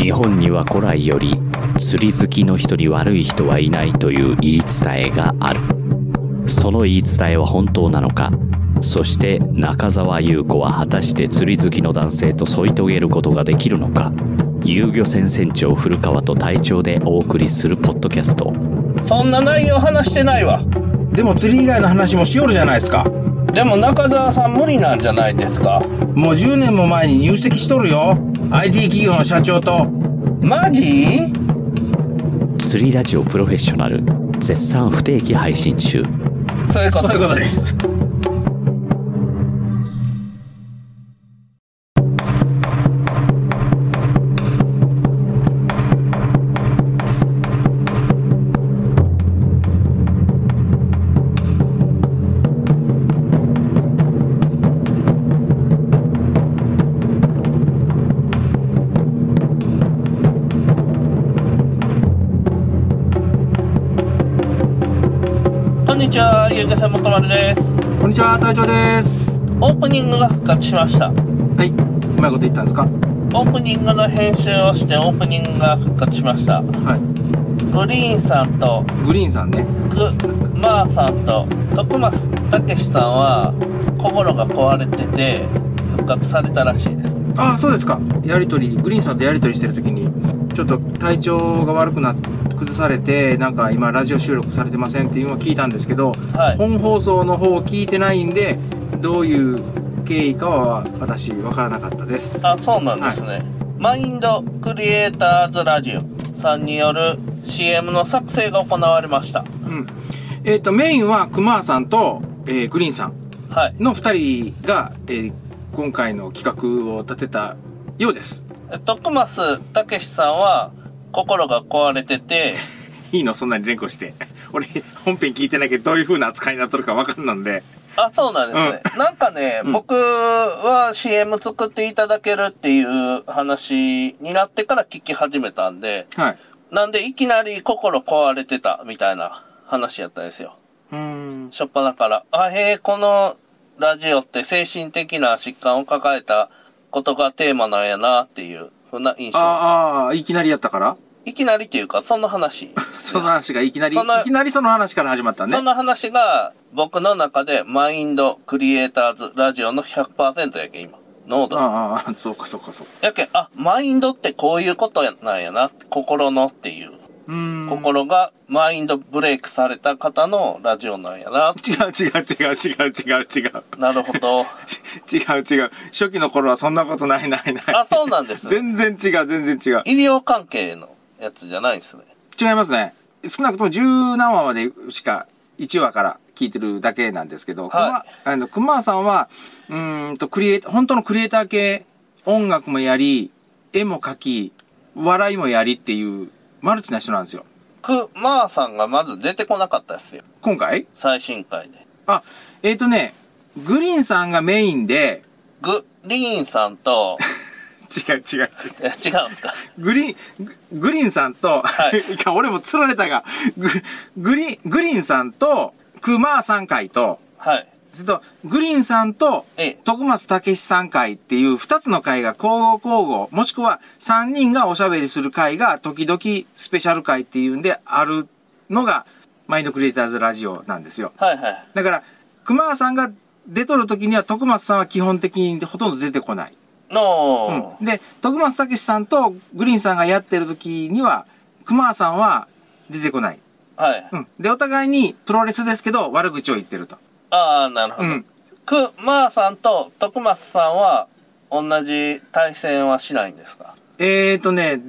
日本には古来より釣り好きの人に悪い人はいないという言い伝えがある。その言い伝えは本当なのか、そして中澤優子は果たして釣り好きの男性と添い遂げることができるのか。遊漁船船長古川と隊長でお送りするポッドキャスト。 そんな内容話してないわ。 でも釣り以外の話もしよるじゃないですか。 でも中澤さん無理なんじゃないですか。 もう10年も前に入籍しとるよ、 IT 企業の社長と。 マジ？ 釣りラジオプロフェッショナル絶賛不定期配信中。 そういうことです。 こんにちは、遊漁船元丸です。 こんにちは、隊長です。 オープニングが復活しました。 はい、うまいこと言ったんですか？ オープニングの編集をしてオープニングが復活しました。 はい。 グリーンさんとグリーンさんね。 マーさんと徳松武史さんは心が壊れてて復活されたらしいです。 ああ、そうですか。やりとり、グリーンさんとやりとりしてる時にちょっと体調が悪くなって崩されて、なんか今ラジオ収録されてませんっていうのを聞いたんですけど、 はい、 本放送の方を聞いてないんで、どういう経緯かは私分からなかったです。 あ、そうなんですね。はい、マインドクリエイターズラジオさんによる CM の作成が行われました。 うん。メインは熊さんと、グリーンさんの2人が、今回の企画を立てたようです。 熊須武史さんは心が壊れてていいのそんなに連呼して。俺本編聞いてないけどどういう風な扱いになっとるか分かんなんで。 あ、そうなんですね。なんかね、僕は CM 作っていただけるっていう話になってから聞き始めたんで、 はい。 なんでいきなり心壊れてたみたいな話やったんですよ。しょっぱなから。このラジオって精神的な疾患を抱えたことがテーマなんやなっていうふうな印象。 ああ、いきなりやったから？ いきなりっていうか、その話。 その話がいきなりその話から始まったね。 その話が僕の中でマインドクリエイターズラジオの 100% やけん、今。濃度。 ああ、そうか。 やけん、マインドってこういうことなんやな。心のっていう。心がマインドブレイクされた方のラジオなんやな。 違う。 なるほど。 違う。初期の頃はそんなことない。 あ、そうなんですね。 全然違う。 医療関係のやつじゃないですね。 違いますね。少なくとも10何話までしか1話から聞いてるだけなんですけど、熊さんは、本当のクリエイター系、音楽もやり、絵も描き、笑いもやりっていうマルチな人なんですよ。 熊さんがまず出てこなかったですよ。 今回？ 最新回で。 グリーンさんがメインで、 グリーンさんと、 違うんすか？グリーンさんと、はい、俺も釣られたが、グリーンさんと、熊さん会と、 はい。 グリーンさんと、徳松武史さん会っていう2つの会が交互、もしくは3人がおしゃべりする会が時々スペシャル会っていうんであるのが、マインドクリエイターズラジオなんですよ。 はいはい。 だから、熊さんが出とる時には徳松さんは基本的にほとんど出てこない。で、徳松武史さんとグリーンさんがやってる時には、熊さんは出てこない。 はい。 で、お互いにプロレスですけど、悪口を言ってると。 ああ、なるほど。熊さんと徳松さんは同じ対戦はしないんですか？ 第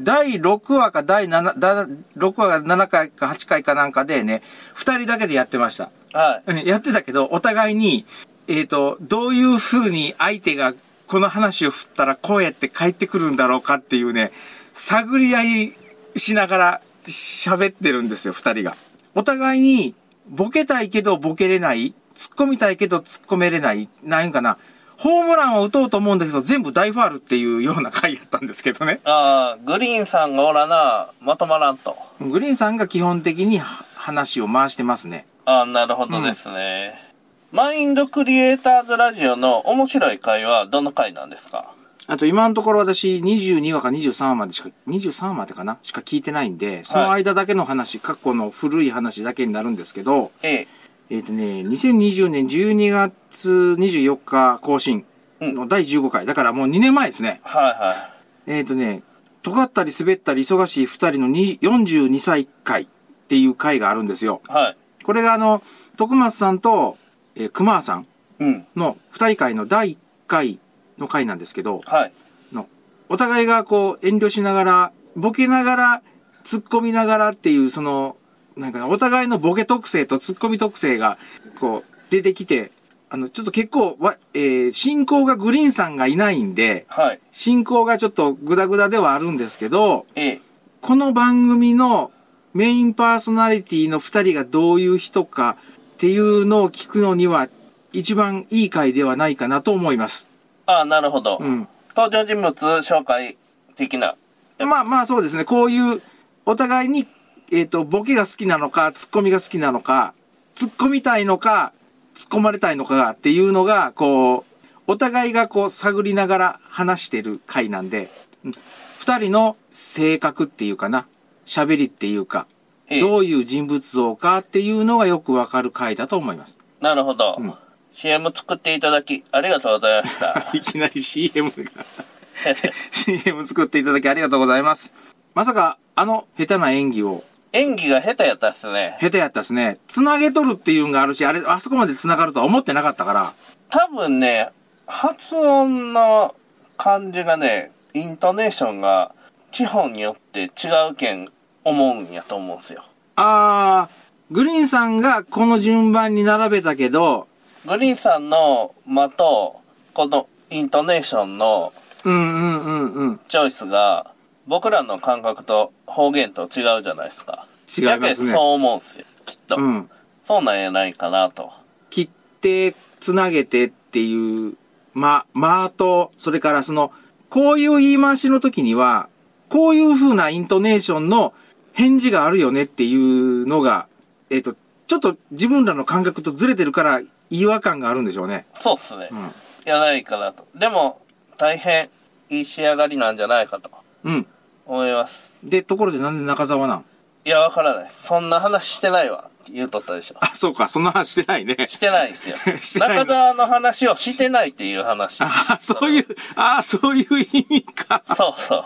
6話か6話が7回か8回かなんかでね、2人だけでやってました。 はい。 やってたけど、お互いに、どういう風に相手がこの話を振ったらこうやって帰ってくるんだろうかっていうね、探り合いしながら喋ってるんですよ、2人が。お互いに、ボケたいけどボケれない、突っ込みたいけど突っ込めれない、なんかな、ホームランを打とうと思うんだけど全部大ファールっていうような回やったんですけどね。 ああ、グリーンさんがおらな、まとまらんと。 グリーンさんが基本的に話を回してますね。 ああ、なるほどですね。マインドクリエイターズラジオの面白い回はどの回なんですか？ あと今のところ私22話か23話までしか聞いてないんで、その間だけの話、過去の古い話だけになるんですけど、2020年12月24日更新の第15回。だからもう2年前ですね。 はいはい。 尖ったり滑ったり忙しい2人の42歳会っていう会があるんですよ。 はい。 これが徳松さんと、熊さんの2人会の第1回の回なんですけど、 はい。 お互いがこう遠慮しながら、ボケながら、突っ込みながらっていう、なんかお互いのボケ特性と突っ込み特性が、こう、出てきて、ちょっと結構進行がグリーンさんがいないんで、 はい。 進行がちょっとグダグダではあるんですけど、この番組のメインパーソナリティの2人がどういう人かっていうのを聞くのには、一番いい回ではないかなと思います。 ああ、なるほど。 うん。 登場人物紹介的な。 まあそうですね。こういう、お互いに、ボケが好きなのか、ツッコミが好きなのか、突っ込みたいのか、突っ込まれたいのかっていうのが、こう、お互いがこう探りながら話してる回なんで、二人の性格っていうかな、喋りっていうか、どういう人物像かっていうのがよくわかる回だと思います。 なるほど。CM 作っていただき、ありがとうございました。 いきなり CM がCM 作っていただきありがとうございます。まさか、下手な演技を。 演技が下手やったっすね。 下手やったっすね。繋げとるっていうのがあるし、あそこまで繋がるとは思ってなかったから。 多分ね、発音の感じがね、イントネーションが地方によって違うけん思うんやと思うんすよ。 グリーンさんがこの順番に並べたけど、 グリーンさんの間と、このイントネーションのチョイスが、僕らの感覚と方言と違うじゃないですか。 違いますね。 やけそう思うんすよ、きっと。そうなんやないかなと。 切ってつなげてっていう、と、それからこういう言い回しの時には、こういう風なイントネーションの返事があるよねっていうのが、ちょっと自分らの感覚とずれてるから違和感があるんでしょうね。 そうっすね。やないかなと。でも、大変いい仕上がりなんじゃないかと。思います。 で、ところでなんで中澤なん？ いや、わからない。そんな話してないわ。って言うとったでしょ。 あ、そうか。そんな話してないね。 してないですよ。中澤の話をしてないっていう話。 そういう意味か。 そうそう。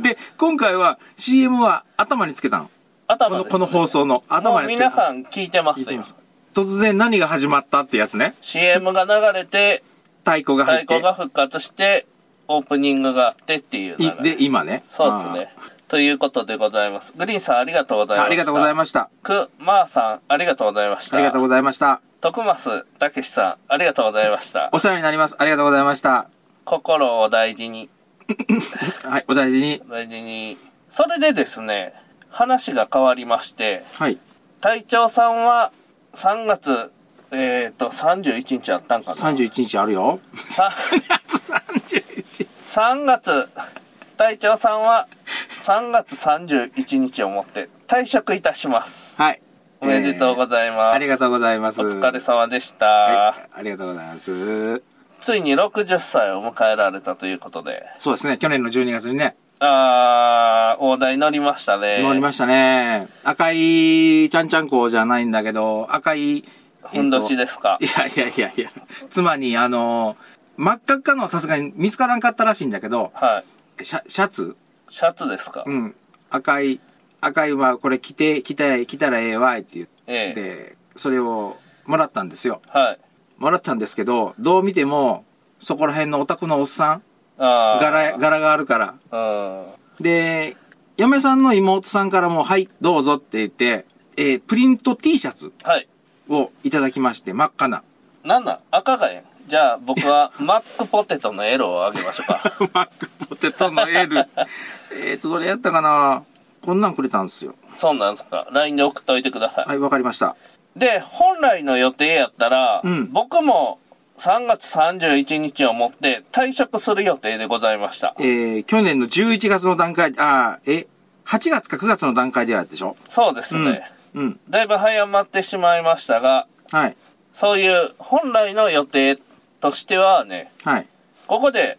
で、今回は CM は頭につけたの。 頭ですね。 この放送の頭につけた。 皆さん聞いてますよ。 突然何が始まったってやつね。 CM が流れて、 太鼓が入って。 太鼓が復活して、オープニングがあってっていう流れ。 で、今ね。 そうですね。ということでございます。グリーンさんありがとうございました。 ありがとうございました。 まーさんありがとうございました。 ありがとうございました。 徳増たけしさんありがとうございました。 お世話になります。ありがとうございました。 心を大事に。 はい、お大事に。 大事に。それでですね、話が変わりまして、 はい。 隊長さんは3月、31日あったんかな ?31 日あるよ。 3月、隊長さんは3月31日をもって退職いたします。 はい。 おめでとうございます。 ありがとうございます。 お疲れ様でした。 はい、ありがとうございます。 ついに60歳を迎えられたということで。 そうですね、去年の12月にね。 大台乗りましたね。 乗りましたね。赤いちゃんちゃんこじゃないんだけど、赤い、 ふんどしですか。 いや。妻に真っ赤っかのはさすがに見つからんかったらしいんだけど、 はい。 シャツですか。 赤いはこれ着たらええわいって言って、それをもらったんですよ。 はい。 もらったんですけど、どう見ても、そこら辺のお宅のおっさん、柄があるから。で、嫁さんの妹さんからも、はい、どうぞって言って、プリント T シャツをいただきまして、真っ赤な。 なんだ赤がえん。じゃあ僕はマックポテトの L をあげましょうか。 マックポテトの L。どれやったかな、こんなんくれたんですよ。 そうなんですか。LINE で送っといてください。 はい、わかりました。 で、本来の予定やったら、僕も3月31日をもって退職する予定でございました。 去年の11月の段階、8月か9月の段階ではでしょ？ そうですね。だいぶ早まってしまいましたが、 はい。 そういう本来の予定としてはね、 はい。 ここで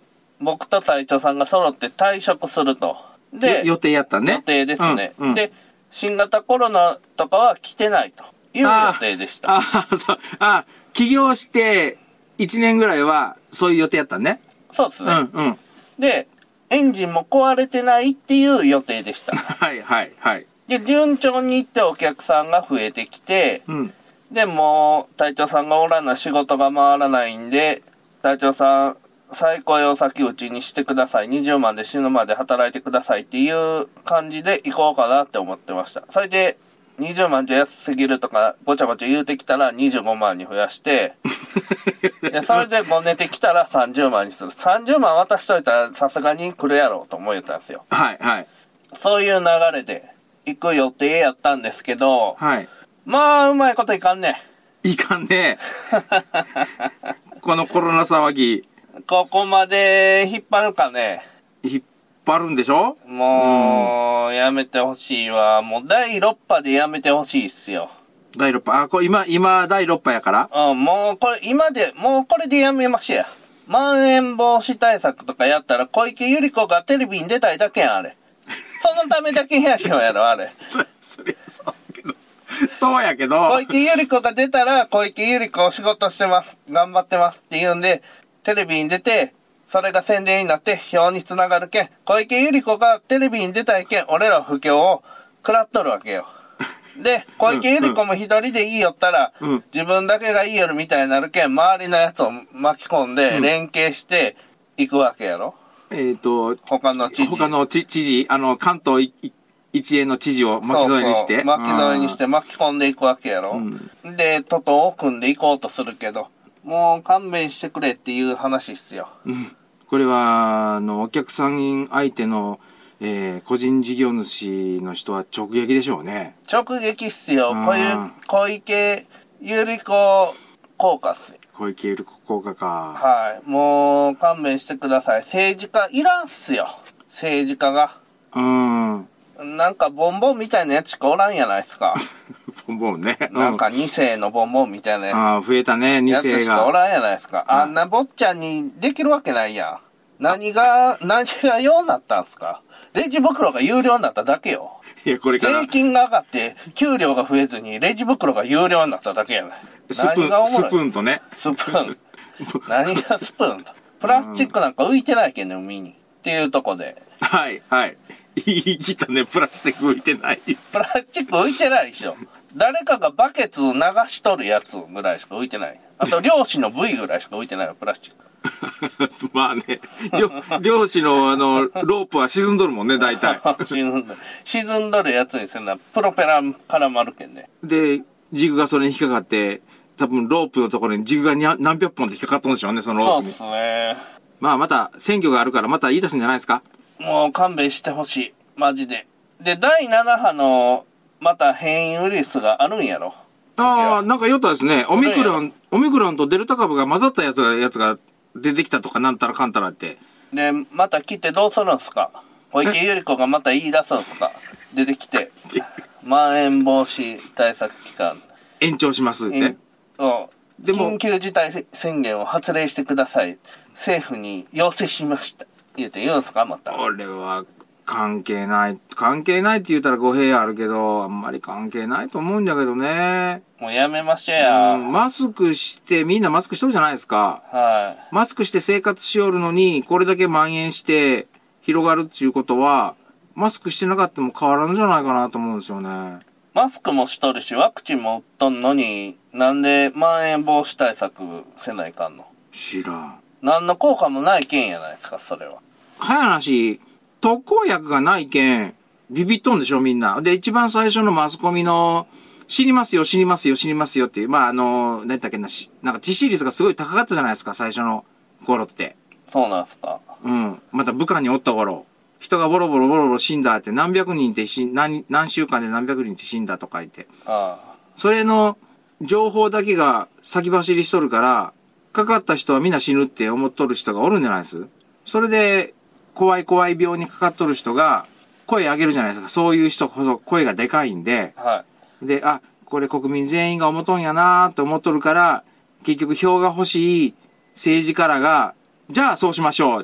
僕と隊長さんが揃って退職すると。で、 予定やったね。 予定ですね。 うんうん、 で、新型コロナとかは来てないという予定でした。 そう。起業して1年ぐらいはそういう予定やったね。 そうですね。 うんうん。 で、エンジンも壊れてないっていう予定でした。 はいはいはい。 で、順調にいってお客さんが増えてきて、 うん、 で、もう、隊長さんがおらな仕事が回らないんで、隊長さん、再雇用先うちにしてください。20万で死ぬまで働いてくださいっていう感じで行こうかなって思ってました。それで、20万じゃ安すぎるとか、ごちゃごちゃ言うてきたら25万に増やして、でそれでごねてきたら30万にする。30万渡しといたらさすがに来るやろうと思ってたんですよ。 はいはい。 そういう流れで行く予定やったんですけど、 はい。 まあ、うまいこといかんね。 いかんね。このコロナ騒ぎ。 ここまで引っ張るかね。 引っ張るんでしょ？ もう、やめてほしいわ。もう第6波でやめてほしいっすよ。 第6波。これ今第6波やから？ うん、もうこれでやめましょや。まん延防止対策とかやったら小池百合子がテレビに出たいだけやん、あれ。そのためだけやろ、あれ。 そりゃそうけど。そうやけど。 小池百合子が出たら、小池百合子仕事してます。頑張ってますって言うんで、テレビに出て、それが宣伝になって票につながるけん、小池百合子がテレビに出たいけん、俺ら不況を食らっとるわけよ。で、小池百合子も一人でいいよったら、自分だけがいいよるみたいになるけん、周りのやつを巻き込んで、連携していくわけやろ。他の知事、関東一円の知事を巻き添えにして。 巻き添えにして巻き込んでいくわけやろ。で、徒党を組んでいこうとするけど、もう勘弁してくれっていう話っすよ。 これは、お客さん相手の、個人事業主の人は直撃でしょうね。 直撃っすよ。こういう小池百合子効果っすよ。 小池百合子効果か。 はい。もう勘弁してください。政治家いらんっすよ。政治家が。なんかボンボンみたいなやつしかおらんやないですか。 ボンボンね。 なんか2世のボンボンみたいな増えたね、2世が。 やつしかおらんやないですか。あんな坊ちゃんにできるわけないやん。何が用になったんすか。レジ袋が有料になっただけよ。 いや、これから。 税金が上がって、給料が増えずに、レジ袋が有料になっただけやない。 スプーンとね。 スプーン。何がスプーンと。プラスチックなんか浮いてないけんね、海に。っていうとこで。 はい、はい。言い切ったね、プラスチック浮いてない。 プラスチック浮いてないでしょ。誰かがバケツ流しとるやつぐらいしか浮いてない。あと、漁師の部位ぐらいしか浮いてないよ、プラスチック。 まあね、漁師のロープは沈んどるもんね、大体。 沈んどるやつにせんな、プロペラ絡まるけんね。 で、ジグがそれに引っかかって、多分ロープのところにジグが何百本って引っかかっとるんでしょうね、そのロープに。 そうですね。 まあまた選挙があるからまた言い出すんじゃないですか。 もう勘弁してほしい。マジで。で、第7波の、また変異ウイルスがあるんやろ。 ああ、なんか言ったですね。オミクロンとデルタ株が混ざったやつが出てきたとかなんたらかんたらって。 で、また来てどうするんすか。小池百合子がまた言い出すんすか。出てきて。まん延防止対策期間。 延長しますって。 でも緊急事態宣言を発令してください。政府に要請しました。言うんすかまた。 俺は関係ないって言ったら語弊あるけど、あんまり関係ないと思うんだけどね。 もうやめましょうや。 マスクして、みんなマスクしとるじゃないですか。 はい。 マスクして生活しよるのに、これだけ蔓延して広がるっていうことは、マスクしてなかったも変わらんじゃないかなと思うんですよね。 マスクもしとるし、ワクチンも打っとんのに、なんでまん延防止対策せないかんの？ 知らん。 何の効果もないけんやないですか、それは。 早い話、特効薬がないけん、ビビっとんでしょ、みんな。で、一番最初のマスコミの、死にますよっていう、まあ、何だっけな、なんか致死率がすごい高かったじゃないですか、最初の頃って。 そうなんすか。 また武漢におった頃。人がボロボロ死んだって、何百人って何週間で何百人って死んだとか言って。それの情報だけが先走りしとるから、かかった人はみんな死ぬって思っとる人がおるんじゃないです。それで、怖い病にかかっとる人が声上げるじゃないですか。そういう人こそ声がでかいんで。 はい。 で、これ国民全員が思っとんやなーと思っとるから、結局票が欲しい政治家らが、じゃあそうしましょうって。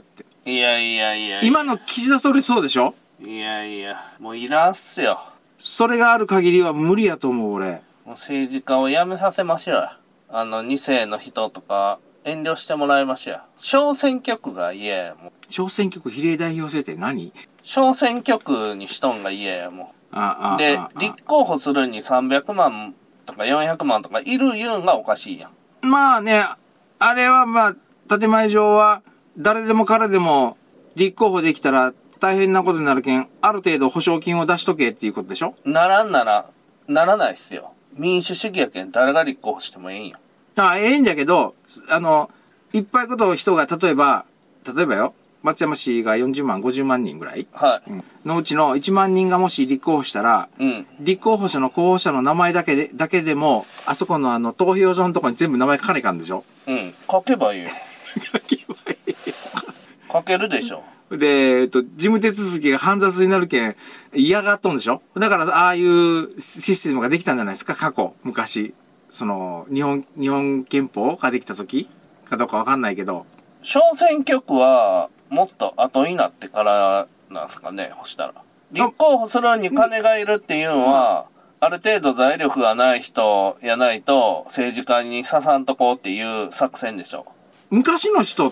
いやいやいや。 今の岸田総理そうでしょ？ いやいや、もういらんっすよ。 それがある限りは無理やと思う、俺。 もう政治家を辞めさせましょうや。2世の人とか、遠慮してもらいましょうや。小選挙区が嫌や、もう。 小選挙区比例代表制って何？ 小選挙区にしとんが嫌や、もう。で、立候補するに300万とか400万とかいる言うんがおかしいやん。 まあね、あれはまあ、建前上は、誰でも彼でも立候補できたら大変なことになるけん、ある程度保証金を出しとけっていうことでしょ？ ならないっすよ。民主主義やけん誰が立候補してもええんよ。 ええんじゃけど、いっぱいこと人が、例えばよ、松山市が40万、50万人ぐらい、 はい。 のうちの1万人がもし立候補したら、立候補者の候補者の名前だけでも、あそこの投票所のとこに全部名前書かないかんでしょ？ 書けばいいよ。 書けばいいよ。 書けるでしょ。 で、事務手続きが煩雑になるけん、嫌がっとんでしょ？だから、ああいうシステムができたんじゃないですか、過去、昔。日本憲法ができた時かどうかわかんないけど。 小選挙区は、もっと後になってからなんすかね、そしたら。立候補するに金がいるっていうのは、ある程度財力がない人やないと、政治家に刺さんとこうっていう作戦でしょ。 昔の人って、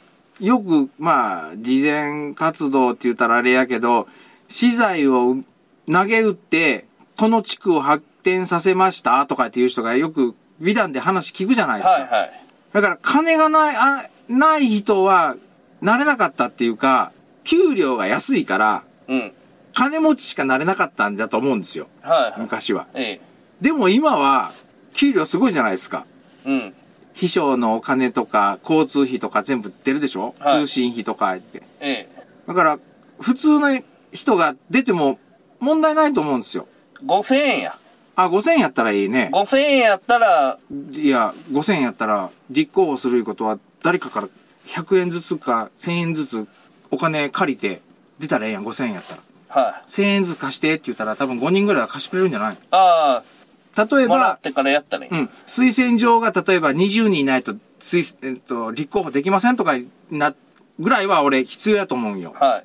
よく、まあ、慈善活動って言ったらあれやけど、資材を投げ打って、この地区を発展させましたとかっていう人がよく美談で話聞くじゃないですか。 はいはい。 だから金がない人はなれなかったっていうか、給料が安いから、金持ちしかなれなかったんだと思うんですよ。 はいはい。 昔は。でも今は、給料すごいじゃないですか。秘書のお金とか、交通費とか全部出るでしょ？通信費とかって。だから、普通の人が出ても問題ないと思うんですよ。 5000円や。 5000円やったらいいね。 5000円やったら、 いや、5000円やったら、立候補するいうことは、誰かから100円ずつか1000円ずつお金借りて出たらええやん、5000円やったら。 はい。 1000円ずつ貸してって言ったら多分5人ぐらいは貸してくれるんじゃない？ 例えば、もらってからやったらいい。 推薦状が例えば20人いないと、立候補できませんとかぐらいは俺必要やと思うんよ。 はい。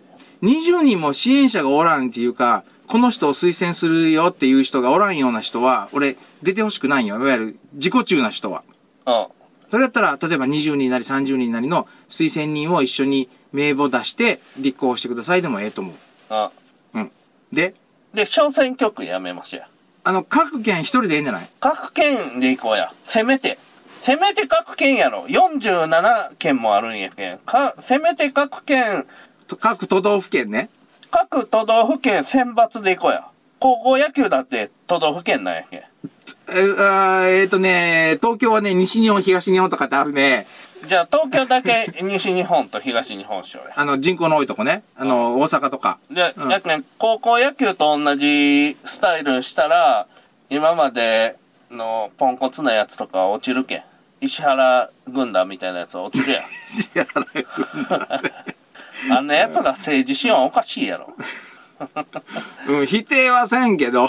20人も支援者がおらんっていうか、この人を推薦するよっていう人がおらんような人は、俺出てほしくないよ。いわゆる自己中な人は。それやったら、例えば20人なり30人なりの推薦人を一緒に名簿出して立候補してくださいでもええと思う。で、 小選挙区やめましょうや。 各県一人でええんじゃない？ 各県で行こうや。せめて各県やろ。47県もあるんやけん。せめて各県。 各都道府県ね。 各都道府県選抜で行こうや。高校野球だって都道府県なんやけん。 東京はね、西日本、東日本とかってあるね。 じゃあ東京だけ西日本と東日本しようや。 人口の多いとこね。大阪とか。 で、やけん、高校野球と同じスタイルしたら、今までのポンコツなやつとか落ちるけん。石原軍団みたいなやつ落ちるやん。 石原軍団。 あんなやつが政治しよんおかしいやろ。 否定はせんけど、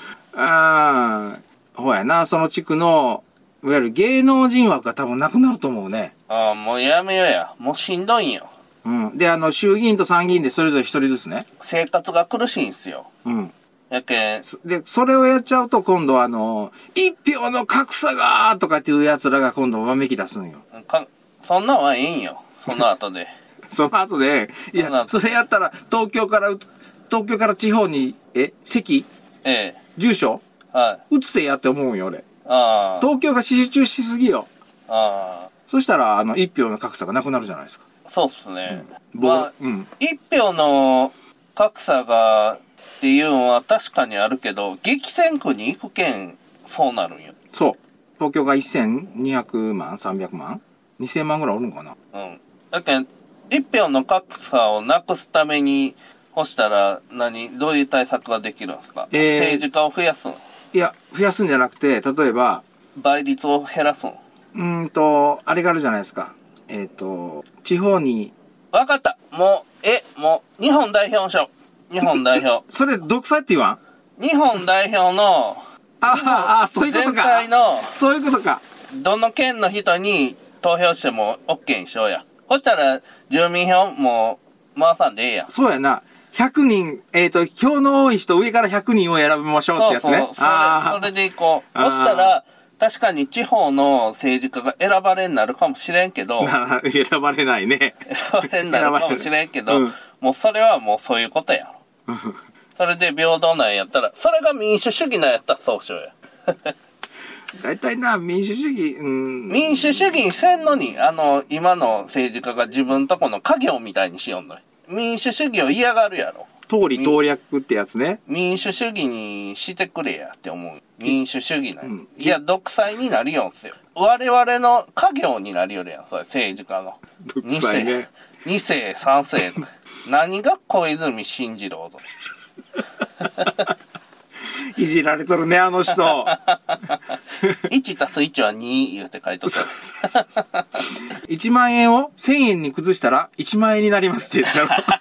ほやな、その地区の、いわゆる芸能人枠が多分なくなると思うね。 もうやめようや。もうしんどいんよ。 で、衆議院と参議院でそれぞれ一人ずつね。 生活が苦しいんすよ。やけん。 で、それをやっちゃうと今度一票の格差がとかっていう奴らが今度わめき出すんよ。 そんなんはいいんよ。その後で。 その後で、いや、それやったら東京から地方に、籍住所移せやって思うんよ、俺。東京が集中しすぎよ。そしたら、一票の格差がなくなるじゃないですか。 そうっすね。一票の格差が、っていうのは確かにあるけど、激戦区に行くけん、そうなるんよ。 そう。東京が1200万 ?300 万 ?2000 万ぐらいおるんかな。 だけん、一票の格差をなくすために、干したらどういう対策ができるんですか？政治家を増やすん？ いや、増やすんじゃなくて、例えば、 倍率を減らすん？ あれがあるじゃないですか。地方に。 わかった。もう、日本代表しよう。日本代表。 それ、独裁って言わん？日本代表の、 そういうことか。 全体の、 そういうことか。 どの県の人に投票しても OK にしようや。 そしたら、住民票も回さんでええやん。 そうやな。100人、票の多い人上から100人を選びましょうってやつね。 そうそれでいこう。そしたら、確かに地方の政治家が選ばれになるかもしれんけど。 選ばれないね。 選ばれになるかもしれんけど、もうそれはもうそういうことやろ。それで平等なんやったら、それが民主主義なんやったらそうしようや。 大体な、民主主義、 民主主義にせんのに、今の政治家が自分とこの家業みたいにしよんのよ。民主主義を嫌がるやろ。 党利党略ってやつね。 民主主義にしてくれやって思う。民主主義なんや。いや、独裁になるよんすよ。我々の家業になりよるやん、それ、政治家の。 独裁ね。 2世、3世。何が小泉進次郎ぞ。 いじられとるね、あの人。 1たす1は2言うて書いとった。 1万円を1000円に崩したら1万円になりますって言ったの。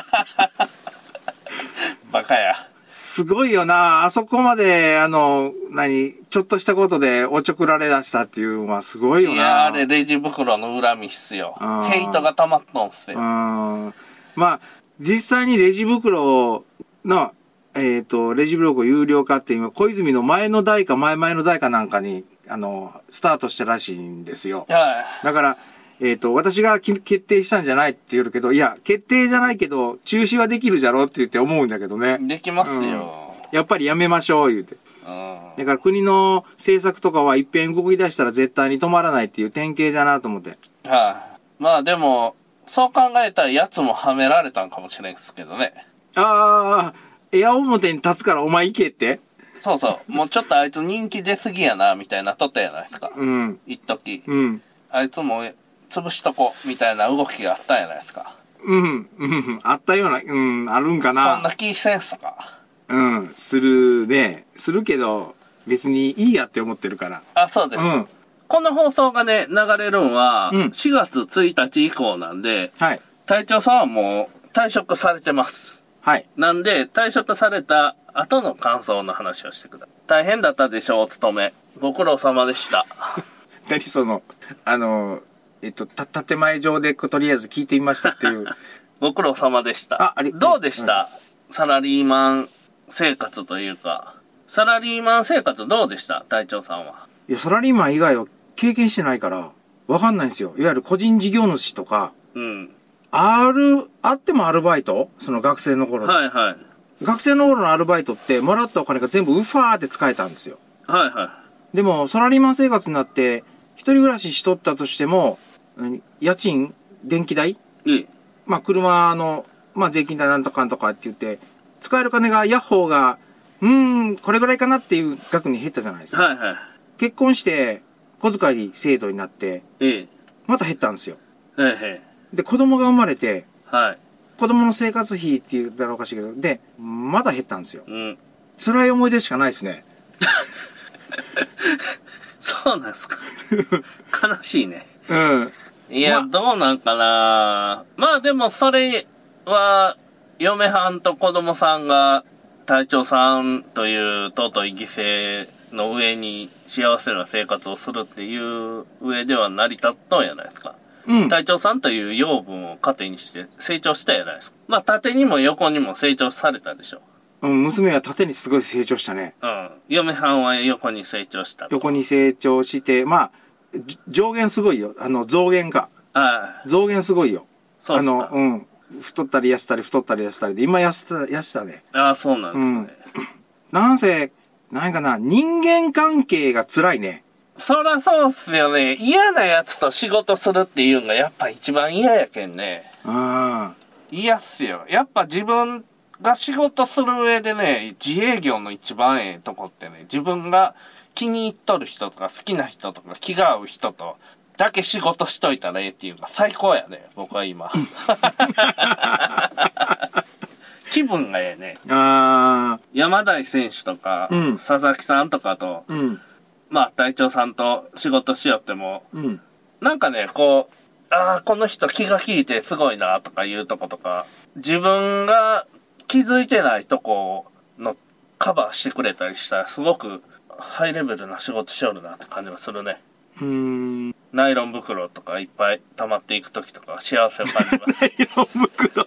バカや。 すごいよな。あそこまで、ちょっとしたことでおちょくられ出したっていうのはすごいよな。 いや、あれ、レジ袋の恨みっすよ。ヘイトが溜まっとんすよ。 まあ、実際にレジ袋の、レジ袋有料化って今、小泉の前の代か前々の代かなんかに、スタートしたらしいんですよ。 はい。 だから、私が決定したんじゃないって言うけど、いや、決定じゃないけど、中止はできるじゃろって言って思うんだけどね。 できますよ。 やっぱりやめましょう、言うて。だから国の政策とかは一遍動き出したら絶対に止まらないっていう典型だなと思って。 はい。まあでも、そう考えたらやつもはめられたんかもしれんすけどね。 矢面に立つからお前行けって。 そうそう。もうちょっとあいつ人気出すぎやな、みたいなとったやないですか。一時。あいつも潰しとこ、みたいな動きがあったんやないですか。 あったような、あるんかな。 そんな気せんすか。 するね。するけど、別にいいやって思ってるから。 あ、そうです。この放送がね、流れるんは、4月1日以降なんで、 はい。 隊長さんはもう退職されてます。 はい。 なんで、退職された後の感想の話をしてください。大変だったでしょう、お勤め。ご苦労様でした。 何その、建前上でとりあえず聞いてみましたっていう。 ご苦労様でした。どうでした、サラリーマン生活というか。サラリーマン生活どうでした隊長さんは。 いや、サラリーマン以外は経験してないから、わかんないんですよ。いわゆる個人事業主とか、あってもアルバイトその学生の頃。 はいはい。 学生の頃のアルバイトって、もらったお金が全部ウファーって使えたんですよ。 はいはい。 でも、サラリーマン生活になって、一人暮らししとったとしても、家賃、電気代、まあ、車の、まあ、税金代なんとかんとかって言って、使える金が、ヤッホーが、これぐらいかなっていう額に減ったじゃないですか。 はいはい。 結婚して、小遣い制度になって、また減ったんですよ。で、子供が生まれて、子供の生活費って言ったらおかしいけど、で、また減ったんですよ。辛い思い出しかないですね。 そうなんすか。悲しいね。いや、どうなんかな。まあでもそれは、嫁はんと子供さんが隊長さんという尊い犠牲の上に幸せな生活をするっていう上では成り立っとんやないですか。隊長さんという養分を糧にして成長したやないですか。まあ縦にも横にも成長されたでしょ。 娘は縦にすごい成長したね。 嫁はんは横に成長した。 横に成長して、まあ、上限すごいよ。増減が。増減すごいよ。 そうですか。 太ったり痩せたり太ったり痩せたりで、今痩せたね。 そうなんですね。 なんせ、なんかな、人間関係が辛いね。 そらそうっすよね。嫌なやつと仕事するっていうのがやっぱ一番嫌やけんね。嫌っすよ。やっぱ自分が仕事する上でね、自営業の一番ええとこってね、自分が気に入っとる人とか好きな人とか気が合う人とだけ仕事しといたらええっていうか最高やね、僕は今。気分がええね。山台選手とか、佐々木さんとかと、まあ隊長さんと仕事しよっても、なんかね、この人気が利いてすごいなとかいうとことか、自分が気づいてないとこのカバーしてくれたりしたらすごくハイレベルな仕事しよるなって感じがするね。 ナイロン袋とかいっぱい溜まっていくときとか幸せを感じます。 ナイロン袋。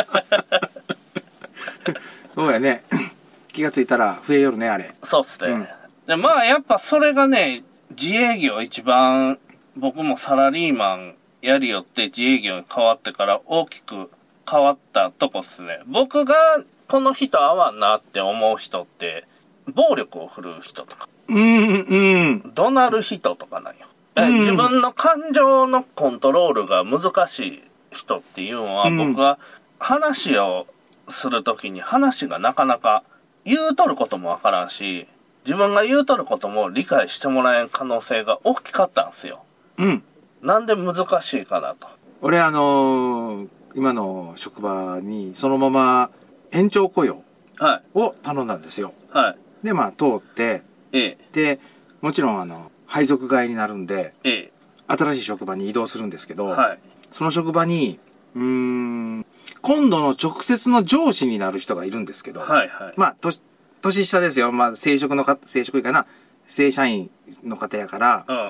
そうやね。気がついたら増えよるね、あれ。 そうっすね。で、まあやっぱそれがね、自営業一番、僕もサラリーマンやりよって自営業に変わってから大きく変わったとこっすね。僕がこの人合わんなって思う人って、暴力を振るう人とか。怒鳴る人とかなんよ。自分の感情のコントロールが難しい人っていうのは、僕は話をするときに話がなかなか言うとることもわからんし、自分が言うとることも理解してもらえん可能性が大きかったんですよ。なんで難しいかなと。 俺今の職場にそのまま延長雇用を頼んだんですよ。 はい。 で、まあ通って、で、もちろん配属外になるんで、新しい職場に移動するんですけど、その職場に、今度の直接の上司になる人がいるんですけど、まあ、年下ですよ。まあ、正職いいかな。正社員の方やから、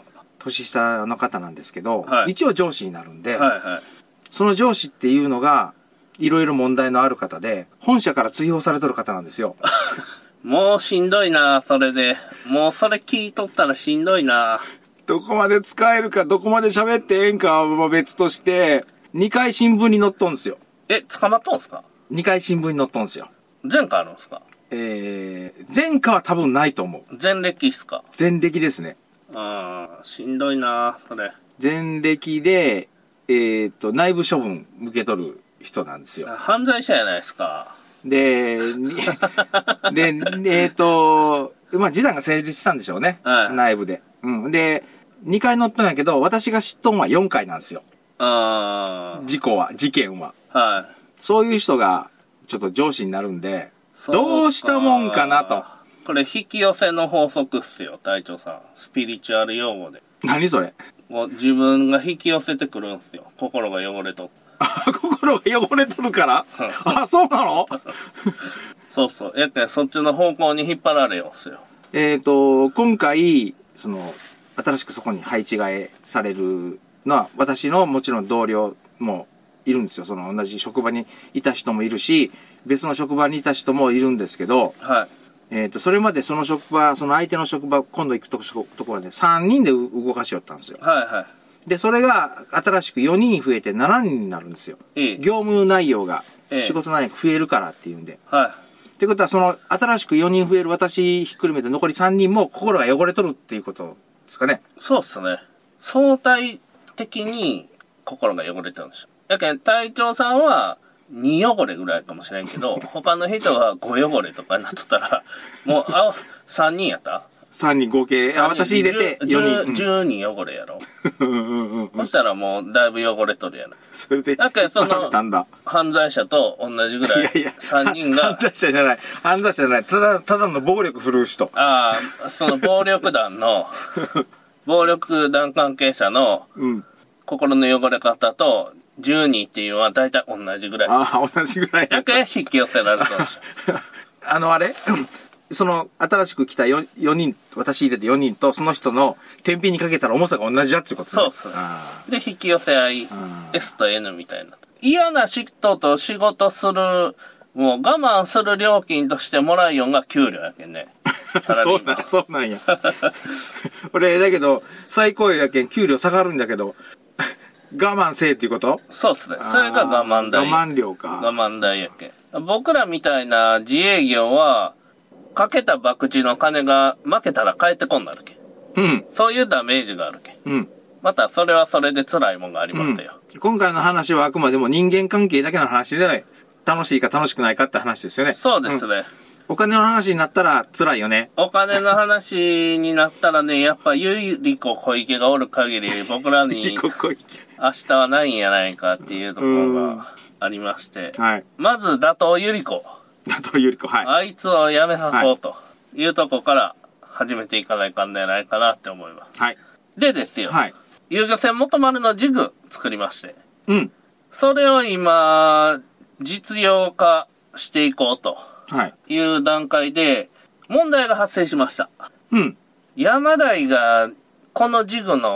年下の方なんですけど、一応上司になるんで、その上司っていうのが、いろいろ問題のある方で、本社から追放されとる方なんですよ。 もうしんどいな、それで。もうそれ聞いとったらしんどいな。 どこまで使えるか、どこまで喋ってええんかは別として、2回新聞に載っとんすよ。 捕まっとんすか？ 2 回新聞に載っとんすよ。 前科あるんすか？ 前科は多分ないと思う。 前歴っすか？ 前歴ですね。 しんどいな、それ。 前歴で、内部処分受け取る人なんですよ。 犯罪者やないですか。 で、まあ、示談が成立したんでしょうね。内部で。で、2回乗ったんやけど、私が知っとんは4回なんですよ。事件は。そういう人が、ちょっと上司になるんで、どうしたもんかなと。 これ、引き寄せの法則っすよ、隊長さん。スピリチュアル用語で。 何それ？ もう自分が引き寄せてくるんすよ。心が汚れとって。 心が汚れとるからあ、そうなの？ そうそう。やけん、そっちの方向に引っ張られよっすよ。 今回、新しくそこに配置換えされるのは、私のもちろん同僚もいるんですよ。同じ職場にいた人もいるし、別の職場にいた人もいるんですけど、それまでその相手の職場、今度行くところで3人で動かしよったんですよ。で、それが新しく4人増えて7人になるんですよ。業務内容が、仕事内容が増えるからっていうんで。ってことは、新しく4人増える私ひっくるめて残り3人も心が汚れとるっていうことですかね。 そうっすね。相対的に心が汚れてるんですよ。やけん、隊長さんは2汚れぐらいかもしれんけど、他の人は5汚れとかになっとったら、もう、3人やった ?3 人合計、私入れて4人。 12汚れやろ。そしたらもう、だいぶ汚れとるやな。 それで、 だけど犯罪者と同じぐらい、3人が。 犯罪者じゃない。ただの暴力振るう人。 その暴力団の、暴力団関係者の、心の汚れ方と、12っていうのは大体同じぐらい。 同じぐらい。 やけん引き寄せられたんですよ。 あれ新しく来た4人、私入れて4人と、その人の天秤にかけたら重さが同じだっていうことね。そうで、引き寄せ合い、S と N みたいな。嫌な人と仕事する、もう我慢する料金としてもらうようが給料やけんね。 そうなんや。俺、だけど、最高やけん給料下がるんだけど、我慢せえっていうこと？ そうっすね。それが我慢代。 我慢料か。 我慢代やけん。僕らみたいな自営業は、かけた博打の金が負けたら返ってこんなるけん。そういうダメージがあるけん。またそれはそれで辛いもんがありますよ。 今回の話はあくまでも人間関係だけの話で、楽しいか楽しくないかって話ですよね。 そうですね。 お金の話になったら辛いよね。 お金の話になったらね、やっぱゆりこ小池がおる限り僕らに明日はないんやないかっていうところがありまして。まず打倒ゆりこ。あいつをやめさそうというとこから始めていかないかんじゃないかなって思います。でですよ。遊漁船元丸のジグ作りまして。それを今、実用化していこうと。いう段階で問題が発生しました。山台がこのジグの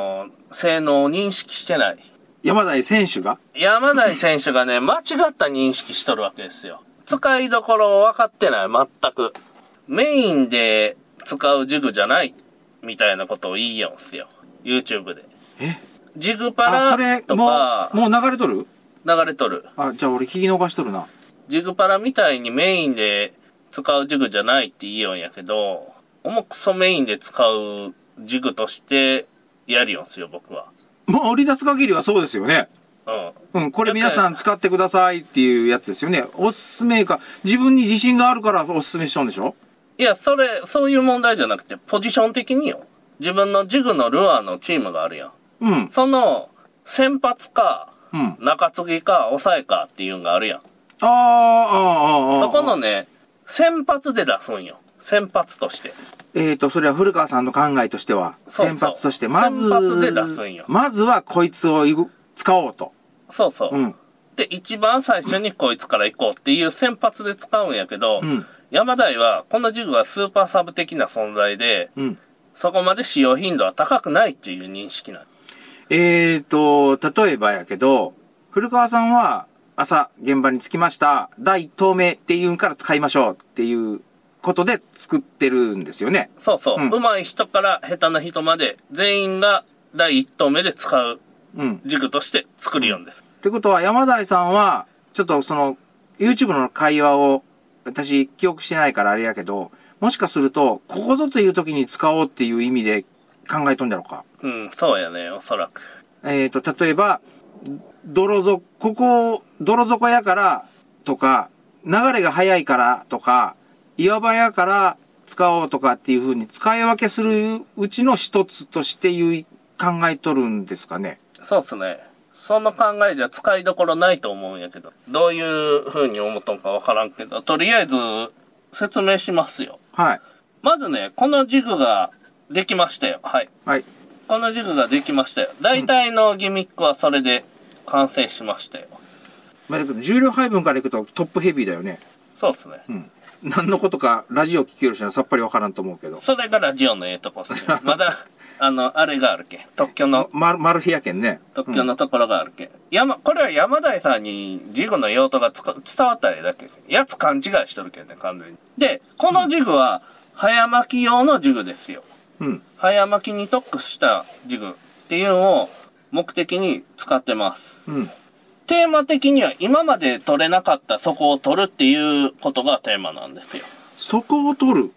性能を認識してない。 山台選手がね、間違った認識しとるわけですよ。使いどころを分かってない、全く。メインで使うジグじゃない、みたいなことを言いよんすよ。YouTube で。ジグパラとか。 もう流れとる？ 流れとる。 じゃあ俺聞き逃しとるな。 ジグパラみたいにメインで使うジグじゃないって言いよんやけど、重くそメインで使うジグとしてやりよんすよ、僕は。 もう売り出す限りはそうですよね。これ皆さん使ってくださいっていうやつですよね。おすすめか、自分に自信があるからおすすめしちゃうんでしょ？ いや、そういう問題じゃなくて、ポジション的によ。自分のジグのルアーのチームがあるやん。その、先発か、中継ぎか、抑えかっていうのがあるやん。そこのね、先発で出すんよ。先発として。 それは古川さんの考えとしては、先発として、まず、 先発で出すんよ。 まずはこいつを使おうと。 そうそう。で、一番最初にこいつから行こうっていう先発で使うんやけど、山台は、このジグはスーパーサブ的な存在で、そこまで使用頻度は高くないっていう認識なの。例えばやけど、古川さんは朝現場に着きました。第1投目っていうんから使いましょうっていうことで作ってるんですよね。 そうそう。上手い人から下手な人まで全員が第1投目で使うジグとして作るよんです。 ってことは山台さんは、ちょっとその YouTube の会話を私記憶してないからあれやけど、もしかすると、ここぞという時に使おうっていう意味で考えとんだろうか。 そうやね、おそらく。 例えば、泥底やからとか、流れが速いからとか、岩場やから使おうとかっていう風に使い分けするうちの一つとして考えとるんですかね。 そうっすね。その考えじゃ使いどころないと思うんやけど、どういう風に思っとんかわからんけど、とりあえず説明しますよ。 はい。 まずね、このジグができましたよ。はい。 はい。 このジグができましたよ。大体のギミックはそれで完成しましたよ。 だけど重量配分からいくとトップヘビーだよね。 そうっすね。 何のことかラジオ聞ける人はさっぱりわからんと思うけど。 それがラジオのええとこっすね。まだ、あれがあるけん。特許の。 マル秘やけんね。 特許のところがあるけん。これは山台さんにジグの用途が伝わったらええだけ。やつ勘違いしとるけんね、完全に。で、このジグは、早巻き用のジグですよ。早巻きに特化したジグっていうのを目的に使ってます。テーマ的には今まで取れなかった底を取るっていうことがテーマなんですよ。 底を取る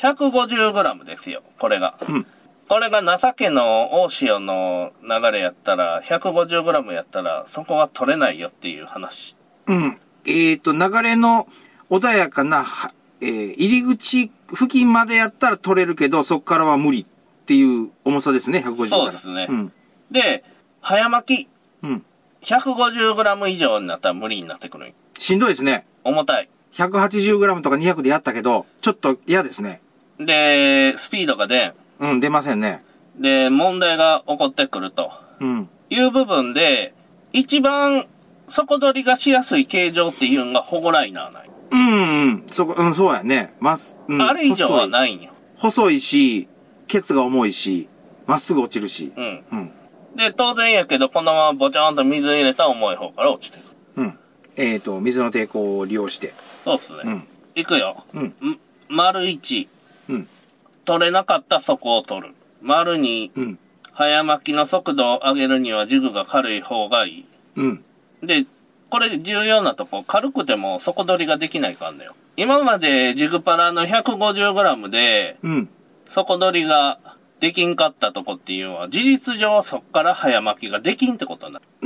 150g ですよ、これが。これが情けの大潮の流れやったら、150g やったら、そこは取れないよっていう話。 流れの穏やかな、入り口付近までやったら取れるけど、そこからは無理っていう重さですね、150g。 そうですね。で、早巻き。150g 以上になったら無理になってくる。 しんどいですね。 重たい。 180g とか200でやったけど、ちょっと嫌ですね。 で、スピードが出ん。 出ませんね。 で、問題が起こってくると。いう部分で、一番底取りがしやすい形状っていうのが保護ライナーない。 そうやね。 あれ以上はないんよ。 細いし、ケツが重いし、まっすぐ落ちるし。 で、当然やけど、このままボチャーンと水入れた重い方から落ちてくる。水の抵抗を利用して。 そうっすね。いくよ。丸1。取れなかった底を取る。丸2。早巻きの速度を上げるにはジグが軽い方がいい。で、これ重要なとこ、軽くても底取りができないかんだよ。今までジグパラの 150g で、底取りができんかったとこっていうのは、事実上そっから早巻きができんってことになる。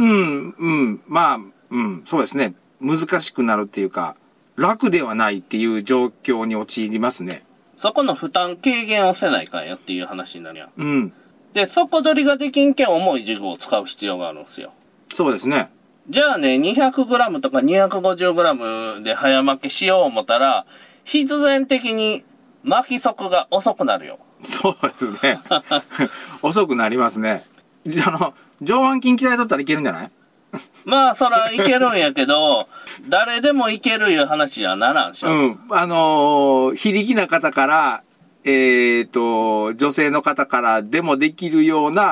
そうですね。難しくなるっていうか、楽ではないっていう状況に陥りますね。 そこの負担軽減をせないかんよっていう話になるやん。で、底取りができんけん重いジグを使う必要があるんですよ。 そうですね。 じゃあね、200g とか 250g で早巻きしよう思ったら、必然的に巻き速が遅くなるよ。 そうですね。遅くなりますね。上腕筋鍛えとったらいけるんじゃない？ まあ、そらいけるんやけど、誰でもいけるいう話にはならんしょ。 非力な方から、女性の方からでもできるような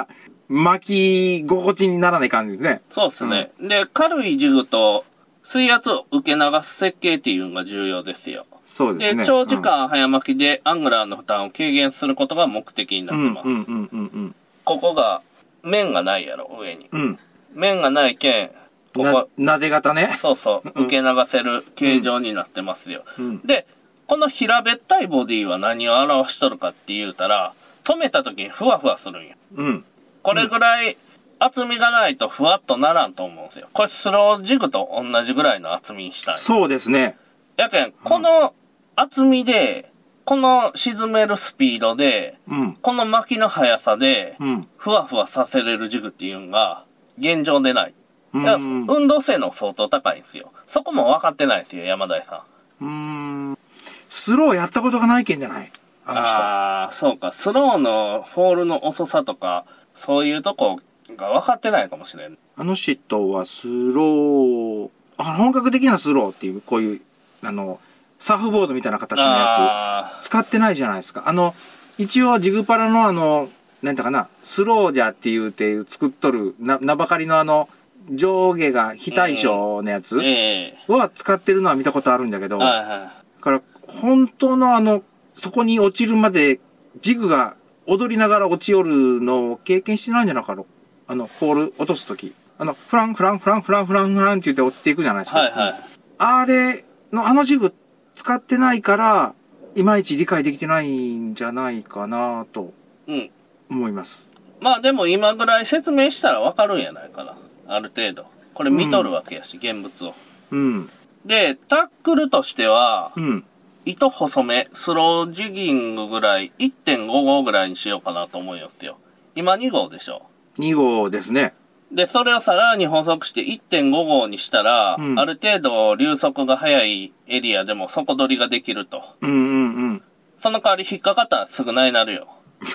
巻き心地にならない感じですね。 そうですね。で、軽いジグと水圧を受け流す設計っていうのが重要ですよ。 そうですね。 で、長時間早巻きでアングラーの負担を軽減することが目的になってます。ここが、面がないやろ、上に。面がないけん、ここ。 なで型ね。 そうそう。受け流せる形状になってますよ。で、この平べったいボディは何を表しとるかって言うたら、止めた時にふわふわするんや。これぐらい厚みがないとふわっとならんと思うんですよ。これスロージグと同じぐらいの厚みにしたい。 そうですね。 やけん、この厚みで、この沈めるスピードで、この巻きの速さで、ふわふわさせれるジグっていうのが、現状でない。運動性能相当高いんですよ。そこも分かってないんですよ、山田さん。 スローやったことがないけんじゃない？ ああ、そうか。スローのフォールの遅さとか、そういうとこが分かってないかもしれん。 あの人はスロー、本格的なスローっていう、こういう、サーフボードみたいな形のやつ、使ってないじゃないですか。一応ジグパラのなんだかな、スロージャーっていうて作っとる、名ばかりの上下が非対称のやつは使ってるのは見たことあるんだけど、だから本当のそこに落ちるまでジグが踊りながら落ちよるのを経験してないんじゃなかろう。ホール落とすとき。フランフランフランフランフランフランって言って落ちていくじゃないですか。あれのジグ使ってないから、いまいち理解できてないんじゃないかなと思います。 まあでも今ぐらい説明したらわかるんやないかな。ある程度。これ見とるわけやし、現物を。で、タックルとしては、糸細め、スロージギングぐらい、1.5 号ぐらいにしようかなと思うんですよ。今2号でしょ。 2号ですね。 で、それをさらに補足して 1.5 号にしたら、ある程度流速が速いエリアでも底取りができると。その代わり引っかかったらすぐないなるよ。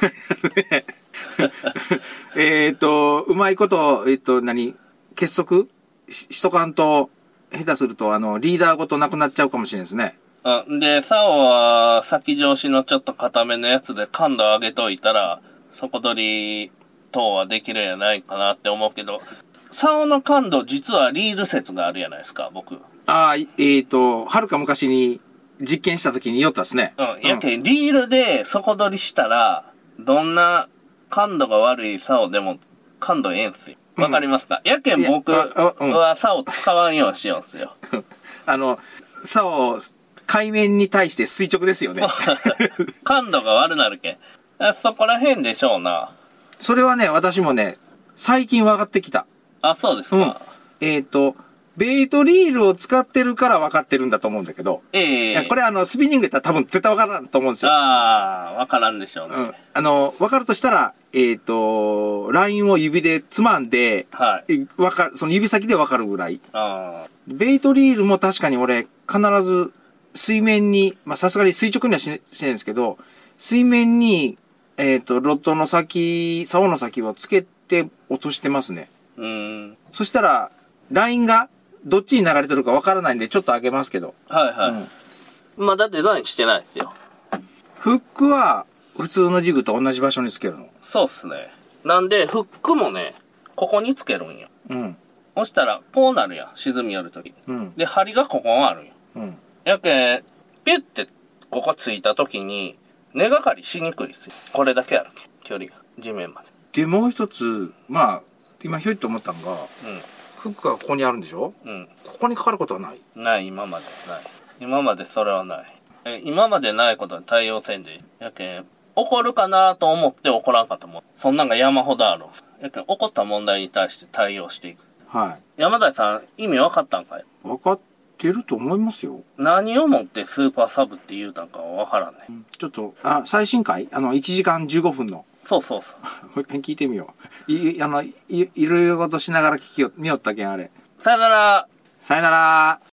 うまいこと、結束しとかんと、下手すると、リーダーごとなくなっちゃうかもしれないですね。 で、竿は先上司のちょっと固めのやつで感度上げといたら、底取り等はできるんやないかなって思うけど、竿の感度実はリール説があるやないですか、僕。 はるか昔に実験した時に言ったですね。 やけん、リールで底取りしたら、どんな感度が悪い竿でも感度ええんすよ。わかりますか？やけん僕は竿使わんようにしようんすよ。 竿、海面に対して垂直ですよね。 感度が悪なるけん。そこら辺でしょうな。 それはね、私もね、最近分かってきた。 あ、そうですか。 ベイトリールを使ってるから分かってるんだと思うんだけど。これスピニングやったら多分絶対分からんと思うんですよ。 分からんでしょうね。 分かるとしたら、ラインを指でつまんで、その指先で分かるぐらい。ベイトリールも確かに俺、必ず水面に、さすがに垂直にはしないんですけど、水面に、ロッドの先、竿の先をつけて落としてますね。そしたら、ラインがどっちに流れてるかわからないんで、ちょっと上げますけど。 まだデザインしてないですよ。 フックは、普通のジグと同じ場所につけるの？ そうっすね。なんで、フックもね、ここにつけるんよ。そしたら、こうなるやん。沈み寄るとき。で、針がここにあるんよ。やけん、ピュッて、ここついたときに、根がかりしにくいですよ。これだけあるけん。距離が。地面まで。 で、もう一つ、今ひょいと思ったのが、フックがここにあるんでしょ？ここにかかることはない？ ない、今までない。今までそれはない。今までないことに対応せんでいい。やけん、怒るかなと思って怒らんかと思う。そんなんが山ほどあるんです。やけん、起こった問題に対して対応していく。山田さん、意味分かったんかい？ 分かってると思いますよ。 何をもってスーパーサブって言うたんかは分からんね。 ちょっと、最新回1時間15分の。 そう。 もう一遍聞いてみよう。いろいろことしながら見よったけん、あれ。 さよなら。 さよなら。